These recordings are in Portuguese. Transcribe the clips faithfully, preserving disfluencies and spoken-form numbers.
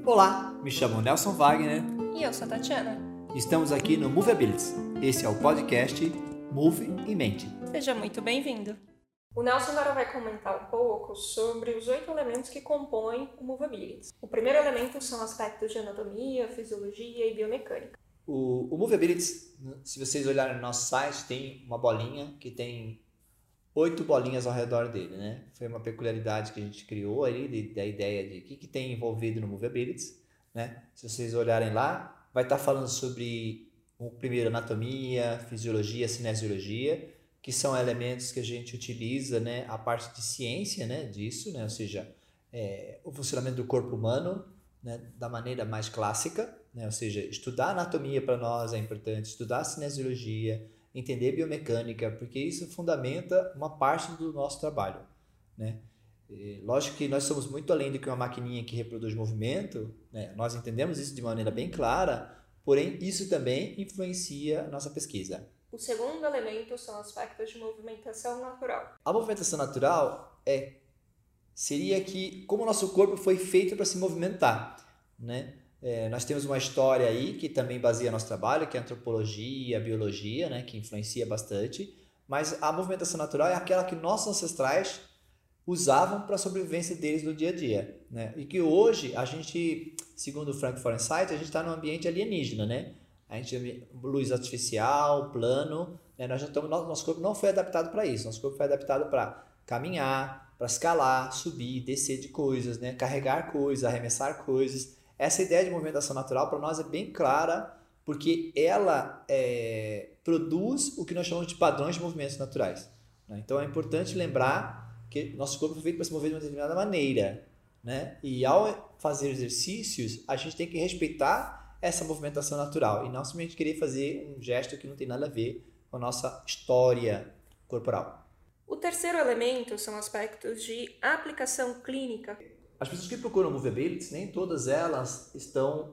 Olá, me chamo Nelson Wagner. E eu sou a Tatiana. Estamos aqui no Movabilities. Esse é o podcast Move em Mente. Seja muito bem-vindo. O Nelson agora vai comentar um pouco sobre os oito elementos que compõem o Movabilities. O primeiro elemento são aspectos de anatomia, fisiologia e biomecânica. O, o Movabilities, se vocês olharem no nosso site, tem uma bolinha que tem oito bolinhas ao redor dele, né? Foi uma peculiaridade que a gente criou ali, da ideia de o que, que tem envolvido no Movabilities, né? Se vocês olharem lá, vai estar falando sobre o primeiro anatomia, fisiologia, cinesiologia, que são elementos que a gente utiliza, né? A parte de ciência, né? Disso, né? Ou seja, é, o funcionamento do corpo humano, né? Da maneira mais clássica, né? Ou seja, estudar anatomia para nós é importante, estudar cinesiologia, entender biomecânica, porque isso fundamenta uma parte do nosso trabalho, né? E, lógico que nós somos muito além do que uma maquininha que reproduz movimento, né? Nós entendemos isso de maneira bem clara, porém isso também influencia a nossa pesquisa. O segundo elemento são aspectos de movimentação natural. A movimentação natural é, seria que como o nosso corpo foi feito para se movimentar, né? É, nós temos uma história aí que também baseia nosso trabalho, que é a antropologia, a biologia, né, que influencia bastante, mas a movimentação natural é aquela que nossos ancestrais usavam para a sobrevivência deles no dia a dia, né? E que hoje a gente, segundo o Frank Fahrenheit, a gente está num ambiente alienígena, né? A gente luz artificial, plano, né? Nós já estamos, nosso corpo não foi adaptado para isso, nosso corpo foi adaptado para caminhar, para escalar, subir, descer de coisas, né? Carregar coisas, arremessar coisas. Essa ideia de movimentação natural para nós é bem clara, porque ela é, produz o que nós chamamos de padrões de movimentos naturais, né? Então é importante lembrar que nosso corpo foi feito para se mover de uma determinada maneira, né? E ao fazer exercícios, a gente tem que respeitar essa movimentação natural e não simplesmente querer fazer um gesto que não tem nada a ver com a nossa história corporal. O terceiro elemento são aspectos de aplicação clínica. As pessoas que procuram Movabilities, nem todas elas estão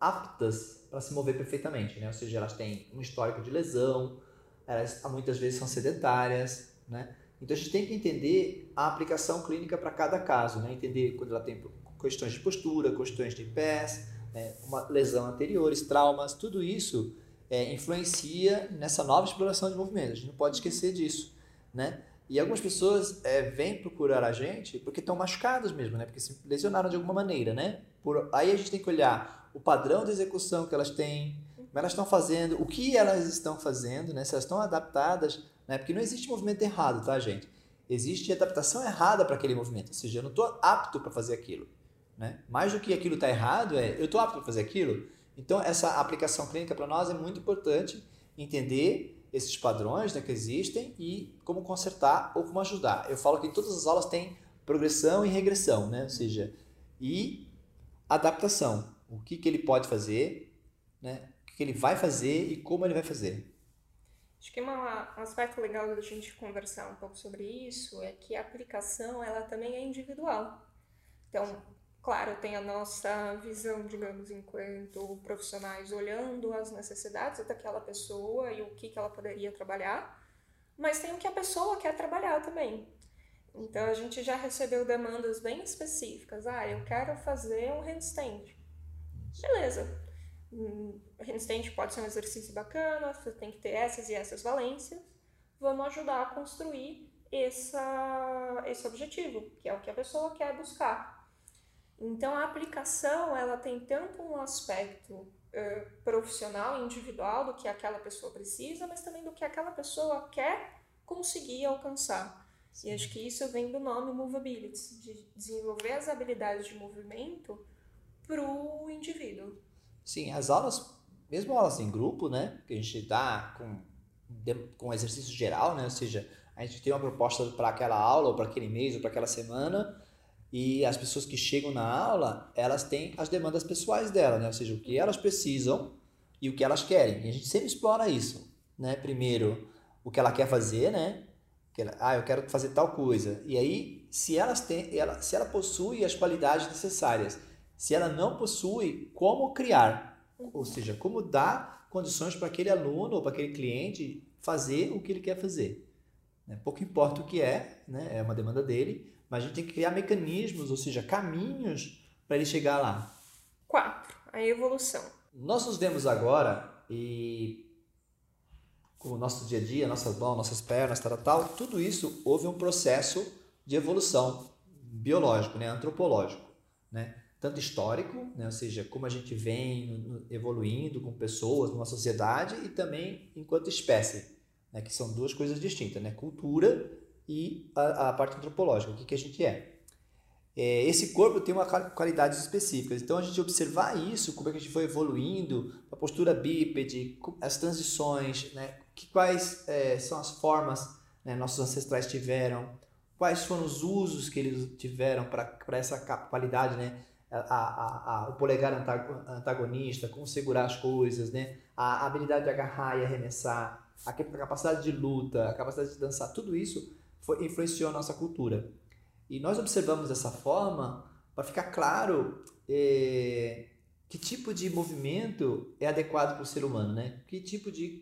aptas para se mover perfeitamente, né? Ou seja, elas têm um histórico de lesão, elas muitas vezes são sedentárias, né? Então a gente tem que entender a aplicação clínica para cada caso, né? Entender quando ela tem questões de postura, questões de pés, né? Uma lesão anteriores, traumas, tudo isso é, influencia nessa nova exploração de movimento. A gente não pode esquecer disso, né? E algumas pessoas é, vêm procurar a gente porque estão machucadas mesmo, né? Porque se lesionaram de alguma maneira, né? Por, aí a gente tem que olhar o padrão de execução que elas têm, como elas estão fazendo, o que elas estão fazendo, né? Se elas estão adaptadas, né? Porque não existe movimento errado, tá, gente? Existe adaptação errada para aquele movimento, ou seja, eu não estou apto para fazer aquilo, né? Mais do que aquilo está errado, é eu estou apto para fazer aquilo. Então, essa aplicação clínica para nós é muito importante entender esses padrões, né, que existem e como consertar ou como ajudar. Eu falo que em todas as aulas tem progressão e regressão, né? Ou seja, e adaptação. O que, que ele pode fazer, né? O que, que ele vai fazer e como ele vai fazer. Acho que uma, um aspecto legal da gente conversar um pouco sobre isso é que a aplicação ela também é individual. Então, claro, tem a nossa visão, digamos, enquanto profissionais, olhando as necessidades daquela pessoa e o que, que ela poderia trabalhar, mas tem o que a pessoa quer trabalhar também. Então, a gente já recebeu demandas bem específicas. Ah, eu quero fazer um handstand. Beleza. Um handstand pode ser um exercício bacana, você tem que ter essas e essas valências. Vamos ajudar a construir essa, esse objetivo, que é o que a pessoa quer buscar. Então, a aplicação, ela tem tanto um aspecto uh, profissional, individual, do que aquela pessoa precisa, mas também do que aquela pessoa quer conseguir alcançar. Sim. E acho que isso vem do nome Movability, de desenvolver as habilidades de movimento para o indivíduo. Sim, as aulas, mesmo aulas em grupo, né, que a gente dá com, com exercício geral, né, ou seja, a gente tem uma proposta para aquela aula, ou para aquele mês, ou para aquela semana. E as pessoas que chegam na aula, elas têm as demandas pessoais dela, né? Ou seja, o que elas precisam e o que elas querem. E a gente sempre explora isso, né? Primeiro, o que ela quer fazer, né? Que ela, ah, eu quero fazer tal coisa. E aí, se, elas têm, ela, se ela possui as qualidades necessárias, se ela não possui, como criar? Ou seja, como dar condições para aquele aluno ou para aquele cliente fazer o que ele quer fazer. Né? Pouco importa o que é, né? É uma demanda dele, mas a gente tem que criar mecanismos, ou seja, caminhos para ele chegar lá. Quatro, a evolução. Nós nos vemos agora e com o nosso dia a dia, nossas mãos, nossas pernas, tal, tal, tudo isso houve um processo de evolução biológico, né, antropológico, né, tanto histórico, né, ou seja, como a gente vem evoluindo com pessoas numa sociedade e também enquanto espécie, né, que são duas coisas distintas, né, cultura e a, a parte antropológica, o que, que a gente é. É, esse corpo tem uma qualidades específicas, então a gente observar isso, como é que a gente foi evoluindo, a postura bípede, as transições, né, que, quais é, são as formas, né, nossos ancestrais tiveram, quais foram os usos que eles tiveram para essa qualidade, né, a, a, a, o polegar antagonista, como segurar as coisas, né, a habilidade de agarrar e arremessar, a capacidade de luta, a capacidade de dançar, tudo isso foi, influenciou a nossa cultura. E nós observamos dessa forma para ficar claro é, que tipo de movimento é adequado para o ser humano, né? Que tipo de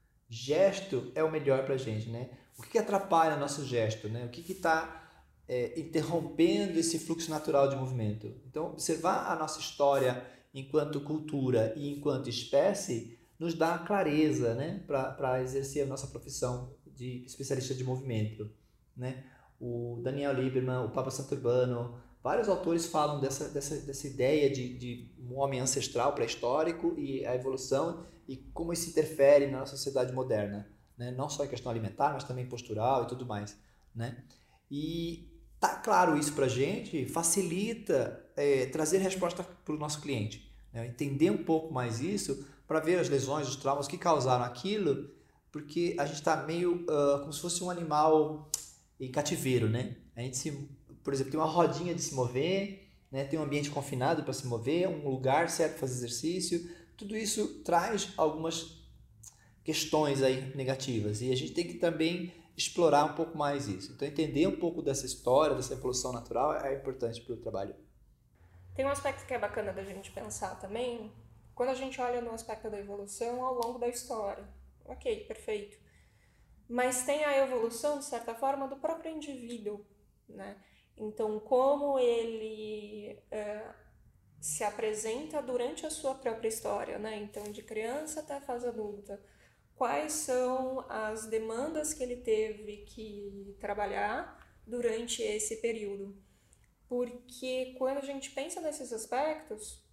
gesto é o melhor para a gente, né? O que, que atrapalha nosso gesto, né? O que está é, interrompendo esse fluxo natural de movimento. Então, observar a nossa história enquanto cultura e enquanto espécie nos dá clareza, né? Para exercer a nossa profissão de especialista de movimento, né? O Daniel Lieberman, o Papa Santo Urbano, vários autores falam dessa, dessa, dessa ideia de, de um homem ancestral pré-histórico e a evolução e como isso interfere na sociedade moderna, né? Não só em questão alimentar, mas também postural e tudo mais, né? E tá claro isso para a gente, facilita é, trazer resposta para o nosso cliente, né? Entender um pouco mais isso para ver as lesões, os traumas que causaram aquilo, porque a gente está meio uh, como se fosse um animal em cativeiro, né? A gente se, por exemplo, tem uma rodinha de se mover, né? Tem um ambiente confinado para se mover, um lugar certo para fazer exercício. Tudo isso traz algumas questões aí negativas e a gente tem que também explorar um pouco mais isso. Então, entender um pouco dessa história, dessa evolução natural é importante para o trabalho. Tem um aspecto que é bacana da gente pensar também, quando a gente olha no aspecto da evolução ao longo da história. Ok, perfeito. Mas tem a evolução, de certa forma, do próprio indivíduo, né? Então, como ele é, se apresenta durante a sua própria história, né? Então, de criança até a fase adulta. Quais são as demandas que ele teve que trabalhar durante esse período? Porque quando a gente pensa nesses aspectos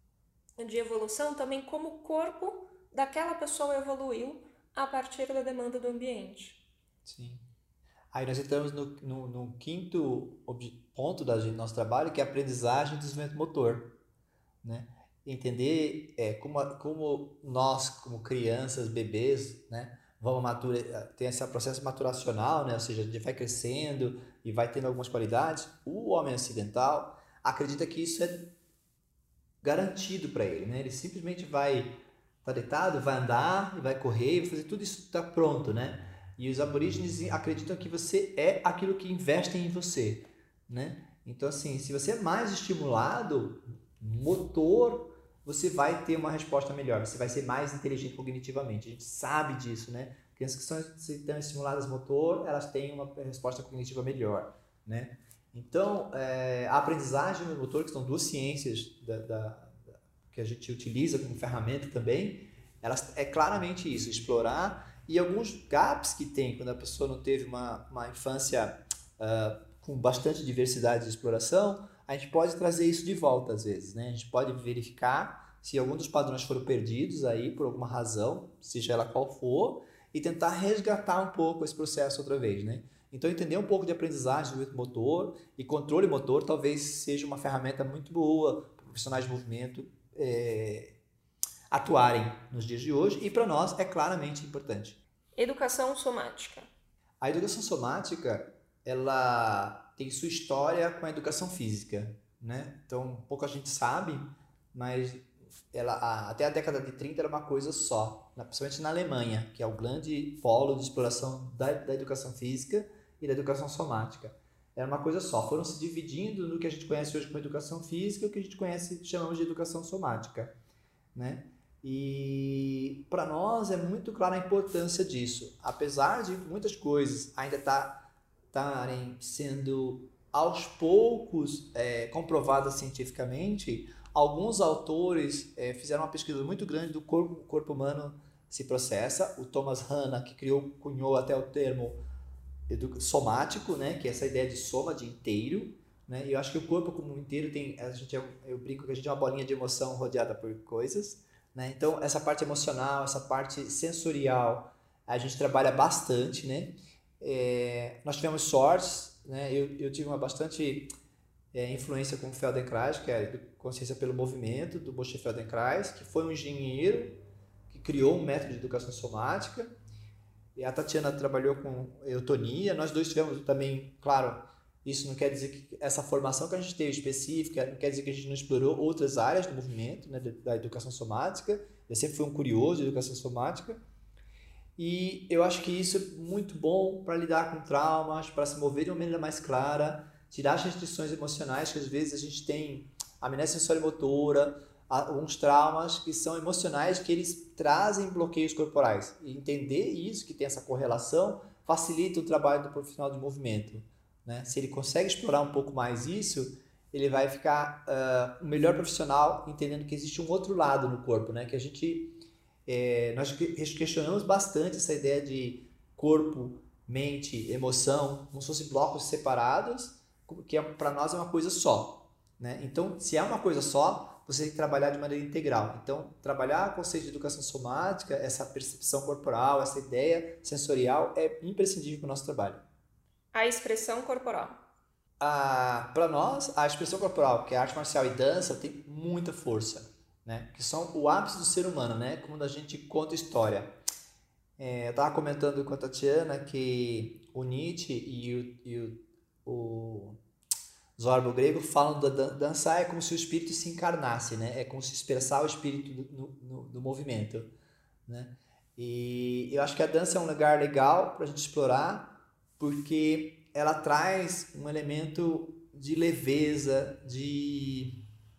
de evolução, também como o corpo daquela pessoa evoluiu a partir da demanda do ambiente. Sim. Aí nós entramos no, no, no quinto ponto do nosso trabalho, que é a aprendizagem e desenvolvimento motor, né? Entender é, como, como nós, como crianças, bebês, né, vamos matura, tem esse processo maturacional, né? Ou seja, a gente vai crescendo e vai tendo algumas qualidades. O homem ocidental acredita que isso é garantido para ele, né? Ele simplesmente vai tá deitado, vai andar, vai correr, vai fazer tudo isso, está pronto, né? E os aborígenes acreditam que você é aquilo que investem em você, né? Então, assim, se você é mais estimulado, motor, você vai ter uma resposta melhor, você vai ser mais inteligente cognitivamente. A gente sabe disso, né? Crianças que são, estão estimuladas motor, elas têm uma resposta cognitiva melhor, né? Então, é, a aprendizagem do motor, que são duas ciências da, da que a gente utiliza como ferramenta também, elas, é claramente isso, explorar, e alguns gaps que tem quando a pessoa não teve uma, uma infância uh, com bastante diversidade de exploração, a gente pode trazer isso de volta às vezes, né? A gente pode verificar se algum dos padrões foram perdidos aí por alguma razão, seja ela qual for, e tentar resgatar um pouco esse processo outra vez, né? Então, entender um pouco de aprendizagem do motor e controle motor talvez seja uma ferramenta muito boa para profissionais de movimento É, atuarem nos dias de hoje e para nós é claramente importante. Educação somática. A educação somática, ela tem sua história com a educação física, né? Então, pouco a gente sabe, mas ela, até a década de trinta era uma coisa só, principalmente na Alemanha, que é o grande polo de exploração da, da educação física e da educação somática. Era uma coisa só, foram se dividindo no que a gente conhece hoje como educação física e o que a gente conhece, chamamos de educação somática, né? E para nós é muito clara a importância disso, apesar de muitas coisas ainda estarem tá, sendo aos poucos é, comprovadas cientificamente, Alguns autores é, fizeram uma pesquisa muito grande do corpo, corpo humano se processa. O Thomas Hanna, que criou, cunhou até o termo somático, né, que é essa ideia de soma, de inteiro, né, e eu acho que o corpo como um inteiro tem, a gente é, eu brinco que a gente é uma bolinha de emoção rodeada por coisas, né, então essa parte emocional, essa parte sensorial, a gente trabalha bastante, né, é, nós tivemos sortes, né, eu, eu tive uma bastante é, influência com o Feldenkrais, que é consciência pelo movimento, do Moshe Feldenkrais, que foi um engenheiro que criou um método de educação somática. E a Tatiana trabalhou com eutonia, nós dois tivemos também, claro, isso não quer dizer que essa formação que a gente teve específica, não quer dizer que a gente não explorou outras áreas do movimento, né, da educação somática. Eu sempre fui um curioso de educação somática. E eu acho que isso é muito bom para lidar com traumas, para se mover de uma maneira mais clara, tirar as restrições emocionais, que às vezes a gente tem amnésia sensório-motora, alguns traumas que são emocionais, que eles trazem bloqueios corporais. E entender isso, que tem essa correlação, facilita o trabalho do profissional de movimento, né? Se ele consegue explorar um pouco mais isso, ele vai ficar uh, um melhor profissional, entendendo que existe um outro lado no corpo, né? Que a gente, é, nós questionamos bastante essa ideia de corpo, mente, emoção, como se fossem blocos separados, que é, para nós é uma coisa só, né? Então, se é uma coisa só, você tem que trabalhar de maneira integral. Então, trabalhar o conceito de educação somática, essa percepção corporal, essa ideia sensorial é imprescindível para o nosso trabalho. A expressão corporal. Para nós, a expressão corporal, que é arte marcial e dança, tem muita força, né? Que são o ápice do ser humano, né? Quando a gente conta história. É, eu estava comentando com a Tatiana que o Nietzsche e o, e o, o Zorba, o grego, falam da dançar é como se o espírito se encarnasse, né? É como se expressar o espírito do, no, do movimento, né? E eu acho que a dança é um lugar legal para a gente explorar, porque ela traz um elemento de leveza, de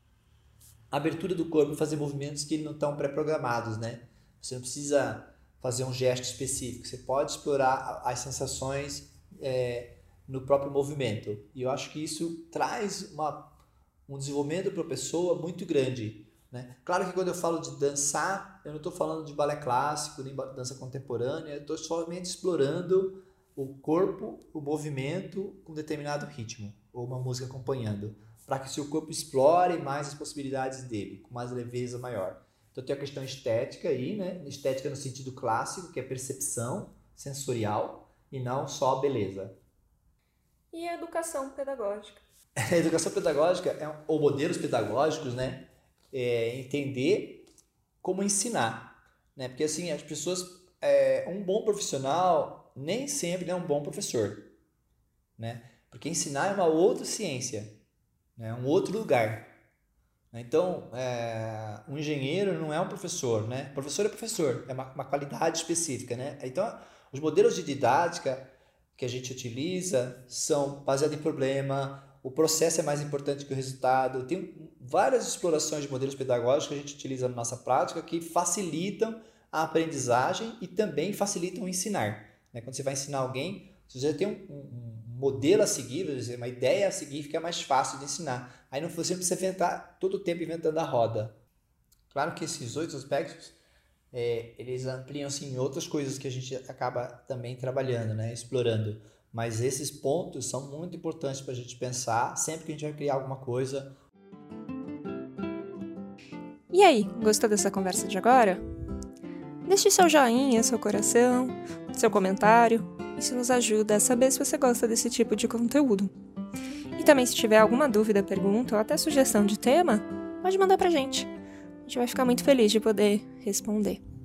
abertura do corpo, fazer movimentos que não estão pré-programados, né? Você não precisa fazer um gesto específico, você pode explorar as sensações é, no próprio movimento. E eu acho que isso traz uma, um desenvolvimento para a pessoa muito grande, né? Claro que quando eu falo de dançar, eu não estou falando de balé clássico, nem dança contemporânea, eu estou somente explorando o corpo, o movimento com determinado ritmo, ou uma música acompanhando, para que o seu corpo explore mais as possibilidades dele, com mais leveza maior. Então tem a questão estética aí, né? Estética no sentido clássico, que é percepção sensorial, e não só beleza. E a educação pedagógica? A educação pedagógica, é, ou modelos pedagógicos, né? É entender como ensinar, né? Porque assim, as pessoas, é, um bom profissional nem sempre é um bom professor, né? Porque ensinar é uma outra ciência, né? Um outro lugar. Então, é, um engenheiro não é um professor, né? Professor é professor, é uma, uma qualidade específica, né? Então, os modelos de didática que a gente utiliza são baseados em problema, o processo é mais importante que o resultado. Tem várias explorações de modelos pedagógicos que a gente utiliza na nossa prática que facilitam a aprendizagem e também facilitam o ensinar, né? Quando você vai ensinar alguém, você já tem um, um, um modelo a seguir, uma ideia a seguir, fica mais fácil de ensinar. Aí não você não precisa inventar todo o tempo inventando a roda. Claro que esses oito aspectos, é, eles ampliam-se em outras coisas que a gente acaba também trabalhando, né? Explorando. Mas esses pontos são muito importantes para a gente pensar sempre que a gente vai criar alguma coisa. E aí, gostou dessa conversa de agora? Deixe seu joinha, seu coração, seu comentário. Isso nos ajuda a saber se você gosta desse tipo de conteúdo. E também, se tiver alguma dúvida, pergunta ou até sugestão de tema, pode mandar pra gente. A gente vai ficar muito feliz de poder responder.